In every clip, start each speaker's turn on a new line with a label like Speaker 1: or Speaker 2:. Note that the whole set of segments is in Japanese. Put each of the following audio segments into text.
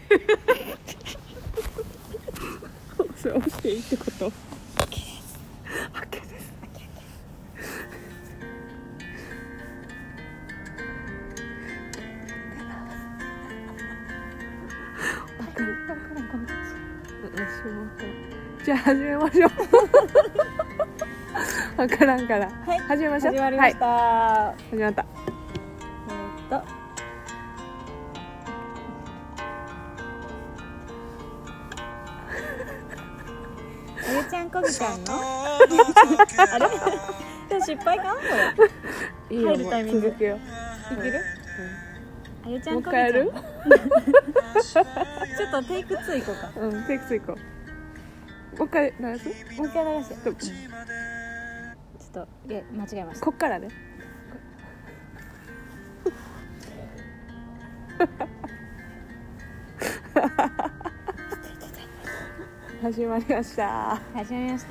Speaker 1: それ押していいってこと？ OK です。じゃあ始めましょう。わからんから、はい、始めましょう。
Speaker 2: 始まりました、
Speaker 1: はい、始まった。
Speaker 2: あゆちゃんこぎちゃんのあれ失敗かこれ。いいよ、入るタイミング
Speaker 1: 続くよ。
Speaker 2: いける？あゆちゃんこぎちゃん。
Speaker 1: もう一回やる？
Speaker 2: ちょっとテイク2いこうか。
Speaker 1: うん、テイク2いこう。もう一回流す？
Speaker 2: もう一回流して。ちょっと間違えました。
Speaker 1: こっからね。始まりました。
Speaker 2: 始まりました。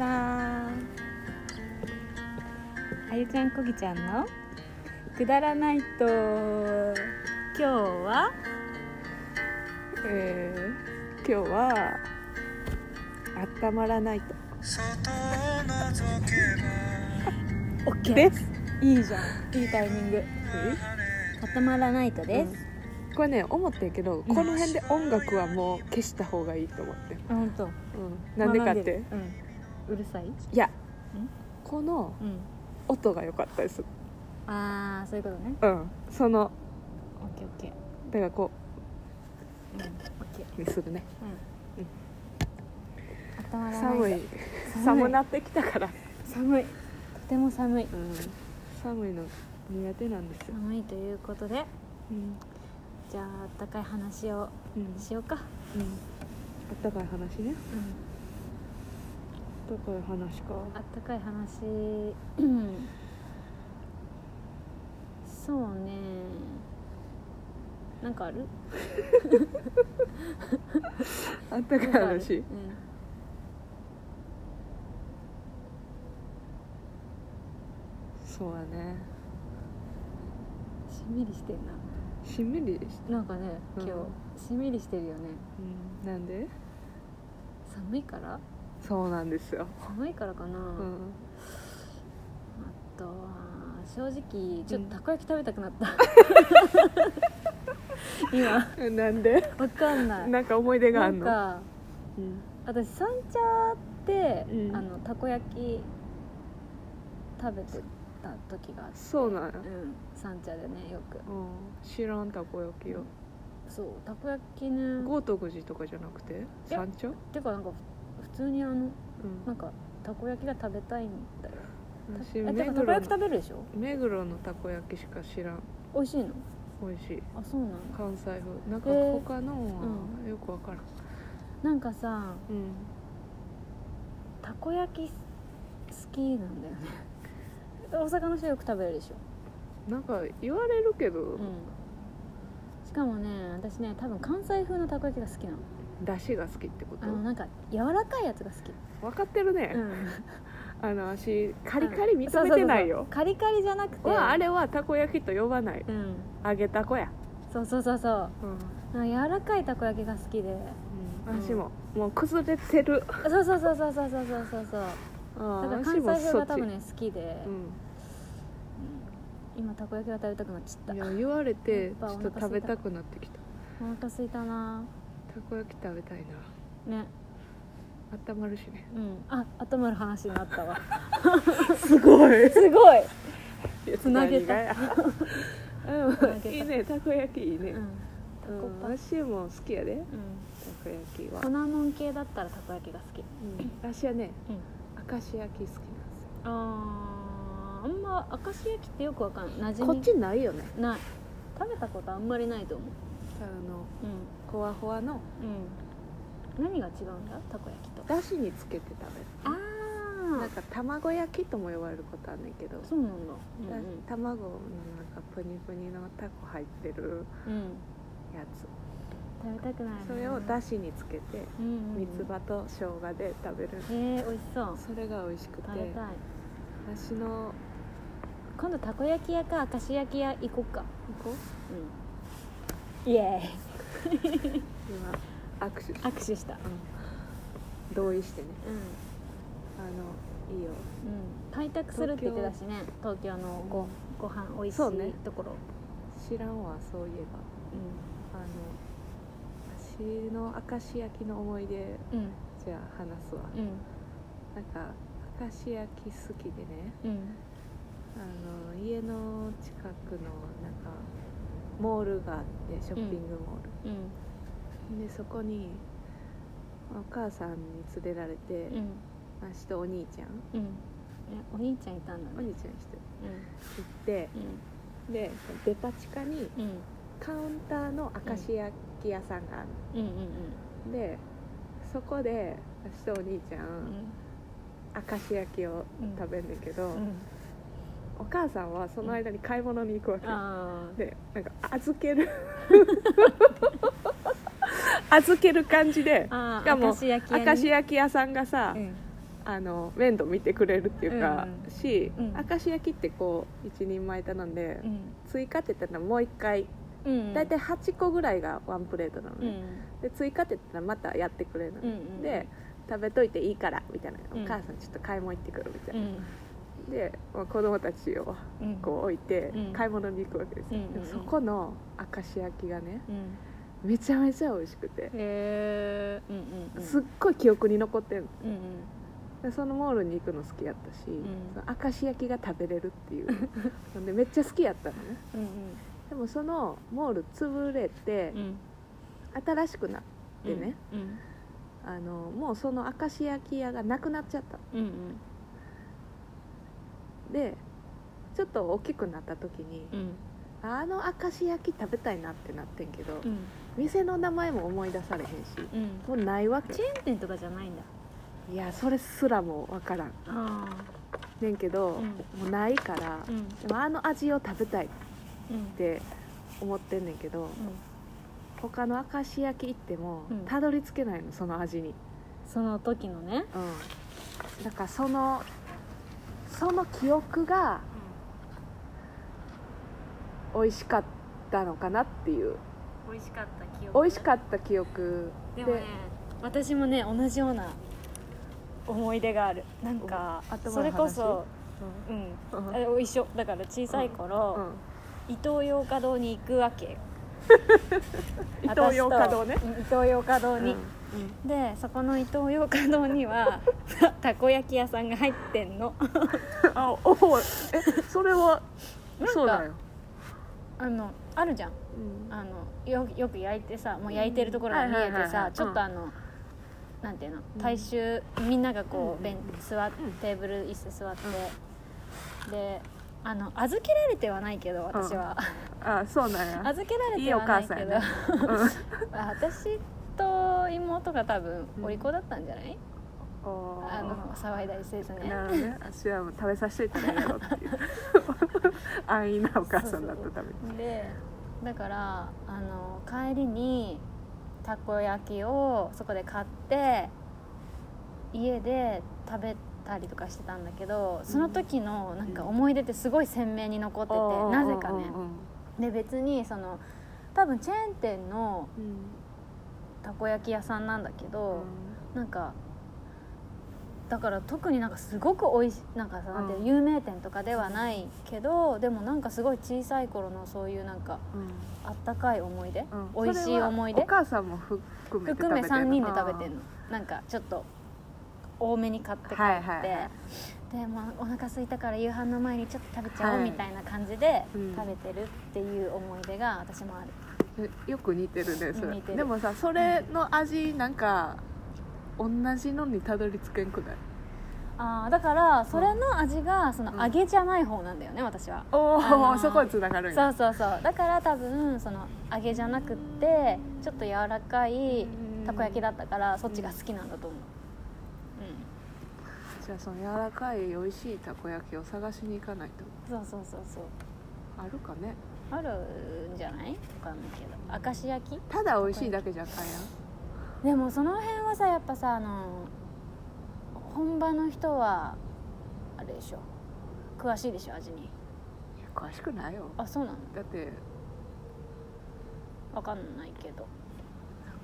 Speaker 2: あゆちゃんこぎちゃんのくだらないと。今日は
Speaker 1: 今日は温まらないと。
Speaker 2: オッケー
Speaker 1: です。
Speaker 2: いいじゃん、いいタイミング。温まらないとです、
Speaker 1: これね、思ってんけど、この辺で音楽はもう消した方がいいと思って。
Speaker 2: あ、本当。
Speaker 1: なんでかって、
Speaker 2: うるさい？い
Speaker 1: や、この音が良かったです。
Speaker 2: ああ、そういうことね。
Speaker 1: その
Speaker 2: オッケーオッケー。
Speaker 1: だからこ
Speaker 2: オッケー
Speaker 1: うにするね。
Speaker 2: 寒い。
Speaker 1: 寒なってきたから。
Speaker 2: 寒い。とても寒い。
Speaker 1: 寒いの苦手なんですよ。
Speaker 2: 寒いということで、じゃああったかい話をしようか。
Speaker 1: あったかい話ね。あったかい話か。
Speaker 2: あったかい話。そうね。なんかある？
Speaker 1: あったかい話。そうだね。
Speaker 2: しんみりしてんな。
Speaker 1: しんみり
Speaker 2: なんかね、今日しんみりしてるよね。
Speaker 1: なんで？
Speaker 2: 寒いから？
Speaker 1: そうなんですよ。
Speaker 2: 寒いからかな。あとは正直ちょっとたこ焼き食べたくなった。今。
Speaker 1: なんで？
Speaker 2: わかんない。
Speaker 1: なんか思い出があるの？
Speaker 2: なんか、私三茶ってたこ焼き食べてた時があって。
Speaker 1: そうなんや。
Speaker 2: 三茶でね、よく。
Speaker 1: 知らんたこ焼きよ。
Speaker 2: そう、たこ焼きね。
Speaker 1: 豪徳寺とかじゃなくて三茶？
Speaker 2: てかなんか普通になんかたこ焼きが食べたいんだよ。
Speaker 1: 私
Speaker 2: たこ焼き食べるでしょ？目
Speaker 1: 黒のたこ焼きしか知らん。
Speaker 2: 美味しいの？
Speaker 1: 美味しい。
Speaker 2: あ、そうなの？
Speaker 1: 関西風。なんか他のはよくわからん。
Speaker 2: なんかさ、たこ焼き好きなんだよね。大阪の人よく食べるでしょ？なん
Speaker 1: か言われるけど、
Speaker 2: しかもね、私ね、多分関西風のたこ焼きが好きなの。
Speaker 1: だしが好きってこと？
Speaker 2: なんか柔らかいやつが好き。
Speaker 1: 分かってるね。私カリカリ認めてないよ。
Speaker 2: カリカリじゃなくて、
Speaker 1: あれはたこ焼きと呼ばない。揚げたこや。
Speaker 2: そう、柔らかいたこ焼きが好きで、
Speaker 1: 私ももう崩れてる。
Speaker 2: そう。だから関西風が多分ね好きで、今たこ焼きが食べたくなっちゃった。
Speaker 1: いや、言われてちょっと食べたくなってきた。
Speaker 2: お腹空いたな。
Speaker 1: たこ焼き食べたいな。
Speaker 2: ね。
Speaker 1: 温まるしね。
Speaker 2: 温まる話になったわ。
Speaker 1: すごい
Speaker 2: つなげた。
Speaker 1: いいね、たこ焼きいいね。私も好きやで。たこ焼きは
Speaker 2: 粉もん系だったらたこ焼きが好き。
Speaker 1: 私はね、明石焼き好きなんですよ。
Speaker 2: あんま明石焼きってよくわかんない。
Speaker 1: こっちないよね。
Speaker 2: ない。食べたことあんまりないと思う。
Speaker 1: ふわふわの。
Speaker 2: 何が違うんだ、たこ焼きと？
Speaker 1: だしにつけて食べる。なんか卵焼きとも呼ばれることあるんだけど。
Speaker 2: そうなんだ。
Speaker 1: 卵のなんかプニプニのタコ入ってるやつ。
Speaker 2: 食べたくない。
Speaker 1: それをだしにつけて三つ葉と生姜で食べる。
Speaker 2: 美味しそう。
Speaker 1: それが美味しくて。
Speaker 2: 食べたい。
Speaker 1: 私の
Speaker 2: 今度たこ焼き屋か明石焼き屋行こうか。
Speaker 1: 行こう。
Speaker 2: イエーイ。
Speaker 1: 今握手
Speaker 2: した、
Speaker 1: 同意してね、いいよ、
Speaker 2: 開拓するって言ってたしね、東京のご飯おいしいところ、
Speaker 1: 知らんわそういえば、私の明石焼きの思い出、じゃあ話すわ、なんか明石焼き好きでね、家の近くのなんかモールがあってショッピングモール、でそこにお母さんに連れられて、私とお兄ちゃん、
Speaker 2: お兄ちゃんいたんだね、
Speaker 1: お兄ちゃんして、行って、でデパ地下にカウンターの明石焼き屋さんがある、でそこで私とお兄ちゃん、明石焼きを食べんねんけど、お母さんはその間に買い物に行くわけ、でなんか預ける感じで、しかも明石焼き屋さんがさ、面倒見てくれるっていうか、明石焼きってこう一人前頼んで、追加って言ったらもう一回、だいたい8個ぐらいがワンプレートなのね、で追加って言ったらまたやってくれるの、で食べといていいからみたいな、お母さんちょっと買い物行ってくるみたいな、で子供たちをこう置いて買い物に行くわけですよ、でもそこの明石焼きがね、めちゃめちゃ美味しくて、すっごい記憶に残ってるの、でそのモールに行くの好きやったし、その明石焼きが食べれるっていうのでめっちゃ好きやったのね、でもそのモール潰れて、新しくなってね、もうその明石焼き屋がなくなっちゃった、でちょっと大きくなった時に、明石焼き食べたいなってなってんけど、店の名前も思い出されへんし、もうないわけ。
Speaker 2: チェーン店とかじゃないんだ。
Speaker 1: いやそれすらも分からんねんけど、もうないから、でも味を食べたいって思ってんねんけど、他の明石焼き行ってもたどり着けないの、その味に、
Speaker 2: その時のね、
Speaker 1: だからその記憶が美味しかったのかなっていう、
Speaker 2: 美味しかった記憶
Speaker 1: で
Speaker 2: もね、私もね同じような思い出がある。なんかそれこそ、一緒だから、小さい頃、イトーヨーカドーに行くわけよ
Speaker 1: イトーヨーカドーね、
Speaker 2: イトーヨーカドーに、でそこのイトーヨーカドーにはたこ焼き屋さんが入ってんの
Speaker 1: それはそうだよ、
Speaker 2: あるじゃん、よく焼いてさ、もう焼いてるところが見えてさ、ちょっとなんていうの、大衆みんながこう座って、テーブル椅子座って、で預けられてはないけど、私は、
Speaker 1: そうなんや、
Speaker 2: 預けられてはないけど、私と妹が多分お利口だったんじゃない？騒いだりせずね。
Speaker 1: なるほどね、私はもう食べさせといたらいいやろっていう安易なお母さんだったために。
Speaker 2: でだから帰りにたこ焼きをそこで買って家で食べたりとかしてたんだけど、その時のなんか思い出ってすごい鮮明に残ってて、なぜかね、で別に多分チェーン店のたこ焼き屋さんなんだけど、なんかだから特になんかすごく美味しい、なんかさ、なんて有名店とかではないけど、でもなんかすごい小さい頃のそういうなんか、あったかい思い出、美味しい思い出、
Speaker 1: お母さんも含め
Speaker 2: 3人で食べてんの。なんかちょっと多めに買って帰って、でもお腹空いたから夕飯の前にちょっと食べちゃおうみたいな感じで食べてるっていう思い出が私もある。
Speaker 1: よく似てるね、それ。でもさ、それの味なんか同じのにたどり着けんくない？
Speaker 2: だからそれの味が揚げじゃない方なんだよね、私は。
Speaker 1: そこにつながるんや。
Speaker 2: そうだから多分揚げじゃなくってちょっと柔らかいたこ焼きだったから、そっちが好きなんだと思う。
Speaker 1: じゃあその柔らかい美味しいたこ焼きを探しに行かないと。
Speaker 2: そう
Speaker 1: あるかね。
Speaker 2: あるんじゃない？分かんないけど、明石焼き
Speaker 1: ただ美味しいだけじゃあかんやん。
Speaker 2: でもその辺はさ、やっぱさ、本場の人はあれでしょ、詳しいでしょ、味に。いや
Speaker 1: 詳しくないよ。
Speaker 2: そうなの？
Speaker 1: だって
Speaker 2: 分かんないけど、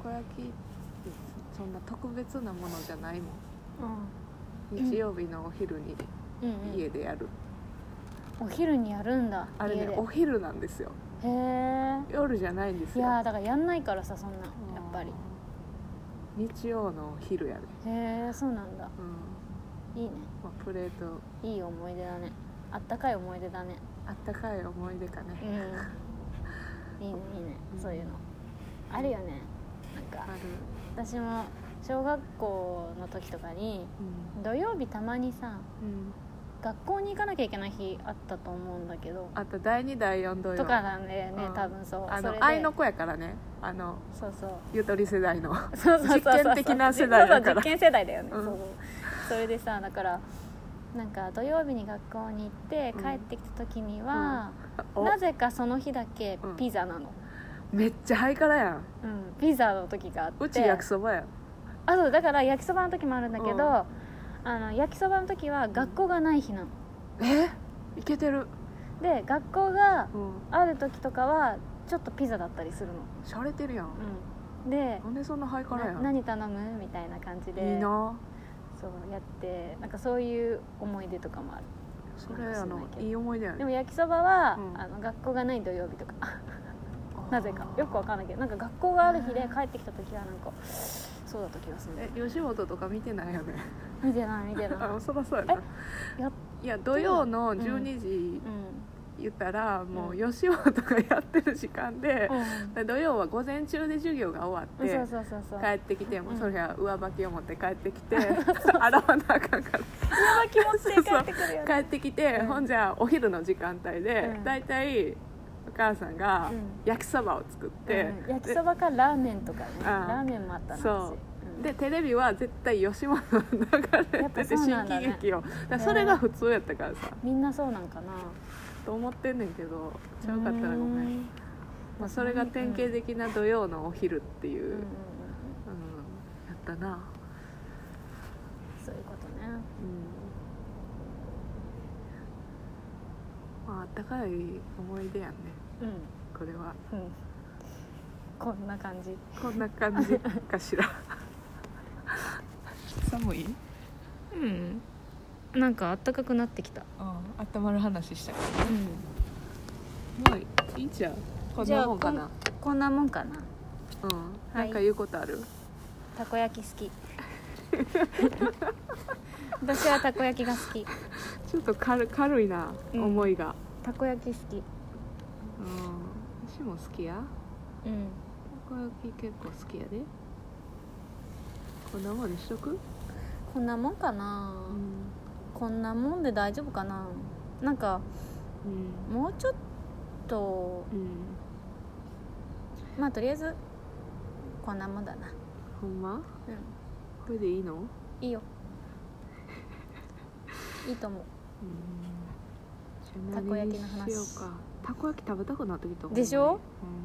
Speaker 1: こ焼きってそんな特別なものじゃないもん、日曜日のお昼に家でやる、
Speaker 2: お昼にやるんだ。
Speaker 1: あれね、お昼なんですよ。
Speaker 2: へえ。
Speaker 1: 夜じゃないんですよ。
Speaker 2: いやだからやんないからさ、そんなやっぱり
Speaker 1: 日曜のお昼やで。
Speaker 2: へえ、そうなんだ、いいね、
Speaker 1: プレート
Speaker 2: いい思い出だね。あったかい思い出だね。
Speaker 1: あったかい思い出かね。
Speaker 2: いいねいいね、そういうのあるよね。なんか
Speaker 1: ある。
Speaker 2: 私も小学校の時とかに、土曜日たまにさ、学校に行かなきゃいけない日あったと思うんだけど、
Speaker 1: あと第2第4土曜
Speaker 2: とかなんでね、多分そう、
Speaker 1: 愛の子やからね、
Speaker 2: そうそう、
Speaker 1: ゆとり世代の
Speaker 2: そう
Speaker 1: 実験的な世代だから、
Speaker 2: 実験世代だよね、そうそれでさ、だからなんか土曜日に学校に行って帰ってきた時には、なぜかその日だけピザなの、
Speaker 1: めっちゃハイカラやん、
Speaker 2: ピザの時があって、
Speaker 1: うち焼きそばやん。
Speaker 2: そうだから焼きそばの時もあるんだけど、焼きそばの時は学校がない日なの。
Speaker 1: いけてる。
Speaker 2: で学校がある時とかはちょっとピザだったりするの。
Speaker 1: しゃれてるやん、
Speaker 2: で
Speaker 1: なんでそんなハイカラやん。
Speaker 2: 何頼むみたいな感じで
Speaker 1: いいな。
Speaker 2: そうやって、なんかそういう思い出とかもある。
Speaker 1: それいい思い出やね。
Speaker 2: でも焼きそばは、学校がない土曜日とかなぜかよくわかんないけど、なんか学校がある日で帰ってきた時はなんかそうだった気がする。
Speaker 1: 吉本とか見てないよね。
Speaker 2: 見てない
Speaker 1: そりゃそうやな。いや土曜の12時、言ったらもう吉本がやってる時間で、土曜は午前中で授業が終わって帰ってきて、もそれは上履きを持って帰ってきて洗わなあかんから
Speaker 2: 上履き持って帰ってくるよね。
Speaker 1: 帰ってきて、ほんじゃお昼の時間帯でだいたいお母さんが焼きそばを作って、
Speaker 2: 焼きそばかラーメンとかね、ラーメンもあったな。
Speaker 1: そうでテレビは絶対吉本の流れてて、新喜劇を、それが普通やったからさ、
Speaker 2: みんなそうなんかな
Speaker 1: と思ってんねんけど、ちゃうかったらごめん。それが典型的な土曜のお昼っていう、やったな。
Speaker 2: そういうことね。
Speaker 1: あったかい思い出やんね、これは、
Speaker 2: こんな感じ
Speaker 1: かしら寒い？
Speaker 2: なんか暖かくなってきた。
Speaker 1: 温まる話したから、もういいじゃん。こんなもんかな。
Speaker 2: こんなもんかな。
Speaker 1: なんか言うことある？
Speaker 2: たこ焼き好き私はたこ焼きが好き。
Speaker 1: ちょっと軽いな、思いが。
Speaker 2: たこ焼き好き。
Speaker 1: 私も好きや。たこ焼き結構好きやで。こんなもんにしとく？
Speaker 2: こんなもんかな、こんなもんで大丈夫かな。なんか、もうちょっと、まあとりあえずこんなもんだな。
Speaker 1: ほんま？これでいいの？
Speaker 2: いいよいいと思う。たこ焼きの話しようか。
Speaker 1: たこ焼き食べたくなってきた
Speaker 2: でしょ、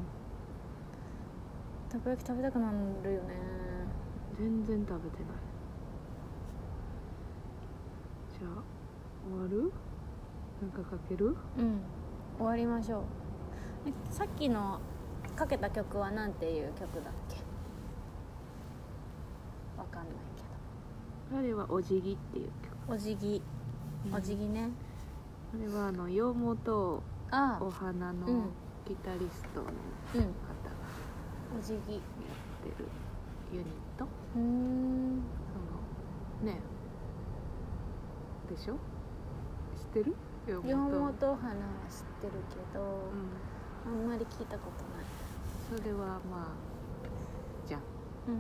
Speaker 2: たこ焼き食べたくなるよね。
Speaker 1: 全然食べてない。じゃあ終わる？なんかかける？
Speaker 2: 終わりましょう。さっきのかけた曲はなんていう曲だっけ？わかんないけ
Speaker 1: ど。あれはお辞儀っていう曲。
Speaker 2: お辞儀、お辞儀ね。
Speaker 1: あれは洋本お花のギタリストの方が
Speaker 2: お辞儀や
Speaker 1: ってるユニット。ねでしょ？知ってる？
Speaker 2: 洋本お花は知ってるけど、あんまり聞いたことない。
Speaker 1: それはまあじゃん。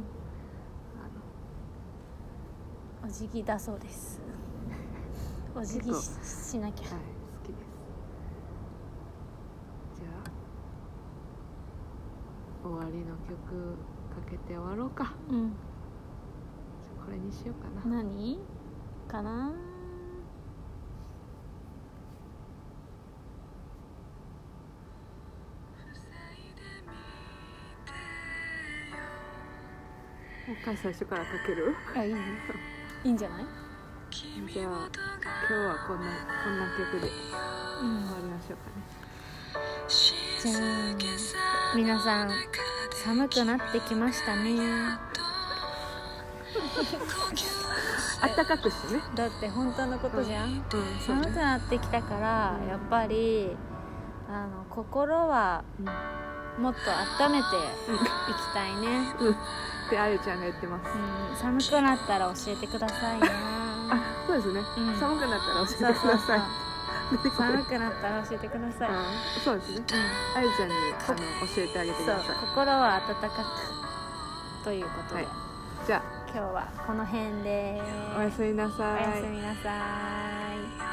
Speaker 2: お辞儀だそうです。お辞儀 しなきゃ。
Speaker 1: 好きです。じゃあ終わりの曲かけて終わろうか。これにしようかな。
Speaker 2: 何かな。
Speaker 1: もう一回最初からかける？
Speaker 2: いいんじゃない？
Speaker 1: じゃあ今日はこんな曲で終わりましょうかね。
Speaker 2: じゃあ皆さん寒くなってきましたね。
Speaker 1: あったかくしてね。
Speaker 2: だって本当のことじゃん、寒くなってきたから、やっぱり心はもっと温めていきたいね、
Speaker 1: ってあゆちゃんが言ってます、
Speaker 2: 寒くなったら教えてくださいな。
Speaker 1: あ、そうですね、寒くなったら教えてください。
Speaker 2: 寒くなったら教えてください、
Speaker 1: そうですね、あゆちゃんに教えてあげてください。
Speaker 2: 心は温かくということで、
Speaker 1: じゃあ
Speaker 2: 今日はこの辺で
Speaker 1: おやすみなさい。
Speaker 2: おやすみなさい。